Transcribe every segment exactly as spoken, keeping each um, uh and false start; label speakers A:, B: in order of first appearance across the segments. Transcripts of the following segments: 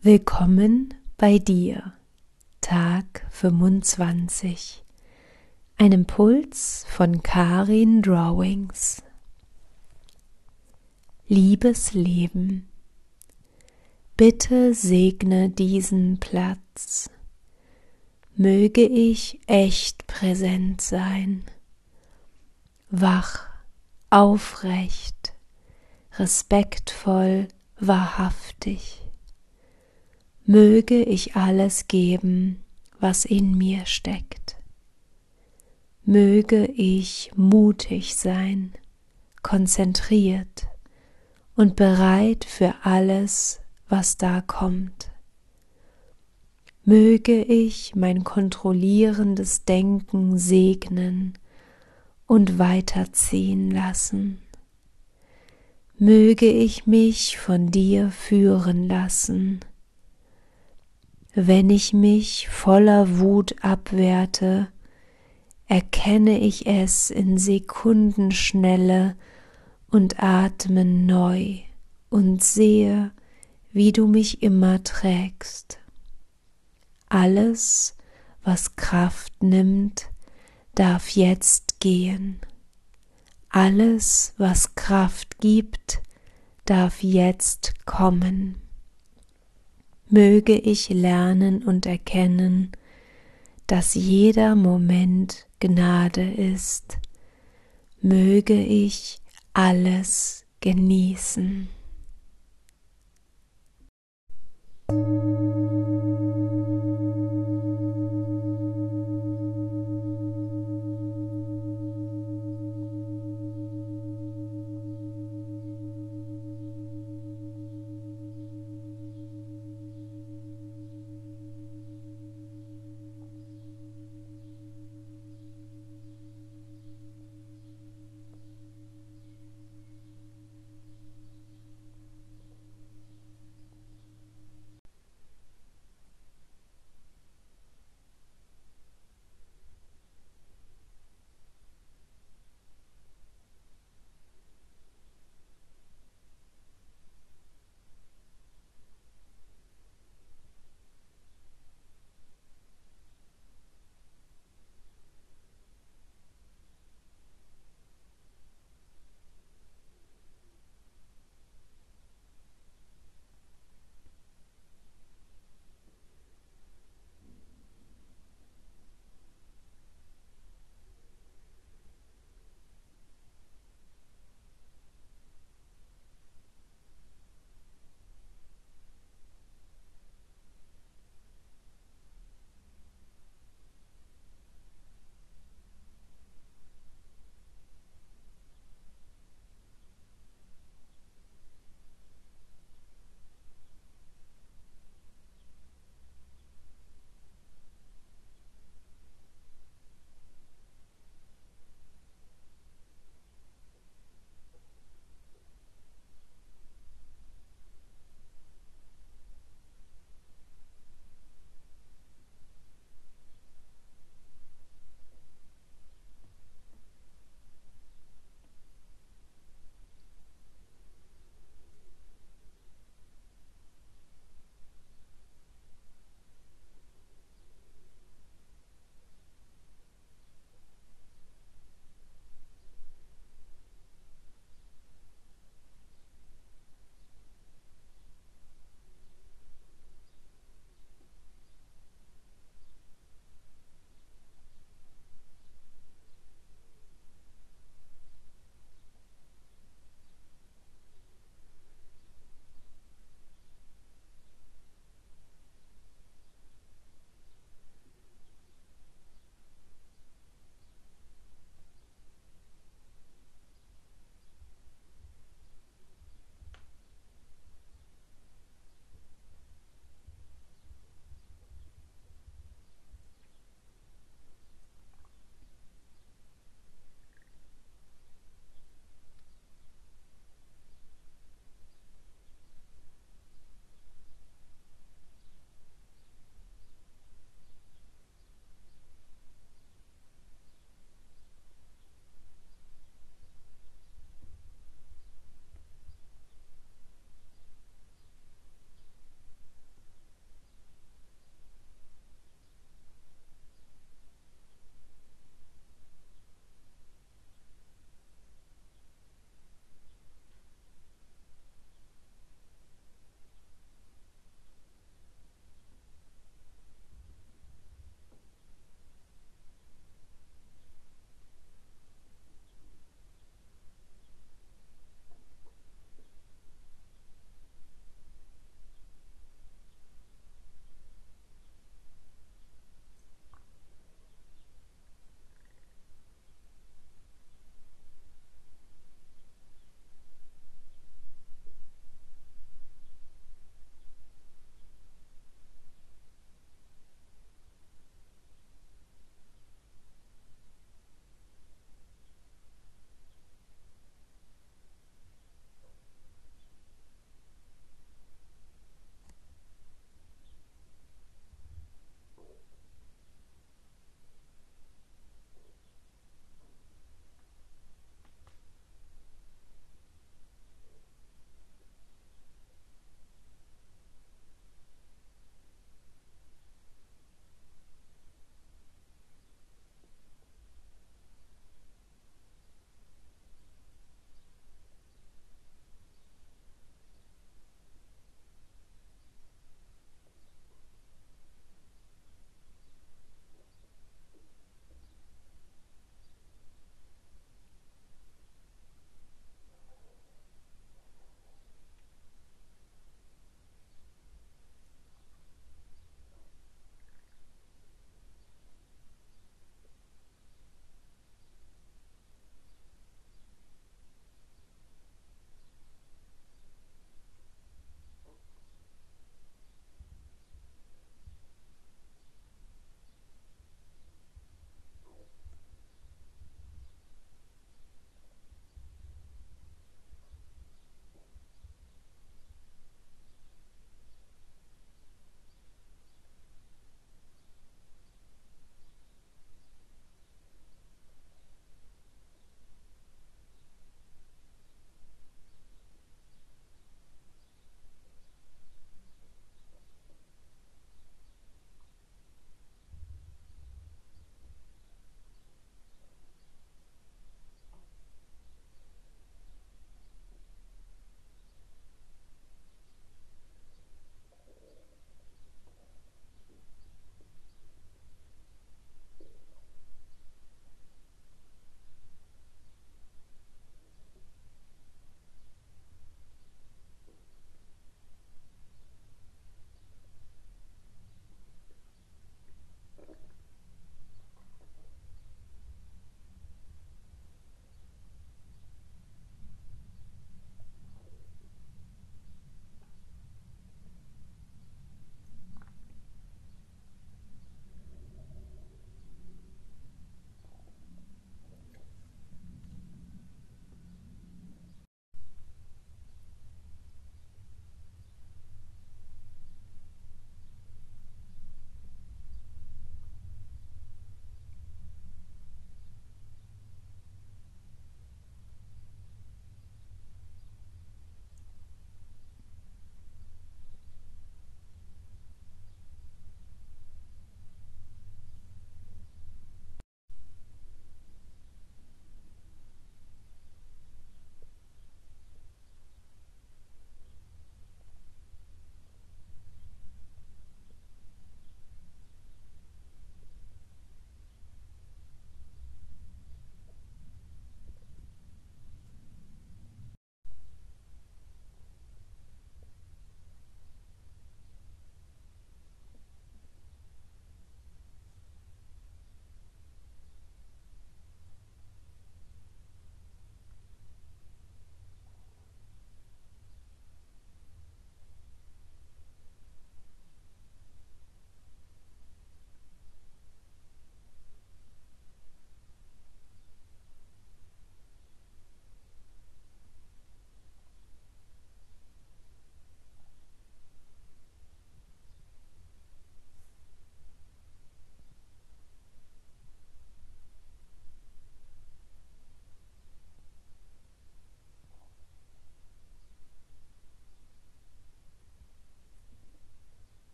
A: Willkommen bei dir, Tag fünfundzwanzig. Ein Impuls von Karin Drawings. Liebes Leben, bitte segne diesen Platz. Möge ich echt präsent sein, wach, aufrecht, respektvoll, wahrhaftig. Möge ich alles geben, was in mir steckt. Möge ich mutig sein, konzentriert und bereit für alles, was da kommt. Möge ich mein kontrollierendes Denken segnen und weiterziehen lassen. Möge ich mich von dir führen lassen. Wenn ich mich voller Wut abwerte, erkenne ich es in Sekundenschnelle und atme neu und sehe, wie du mich immer trägst. Alles, was Kraft nimmt, darf jetzt gehen. Alles, was Kraft gibt, darf jetzt kommen. Möge ich lernen und erkennen, dass jeder Moment Gnade ist. Möge ich alles genießen.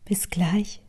A: Bis gleich.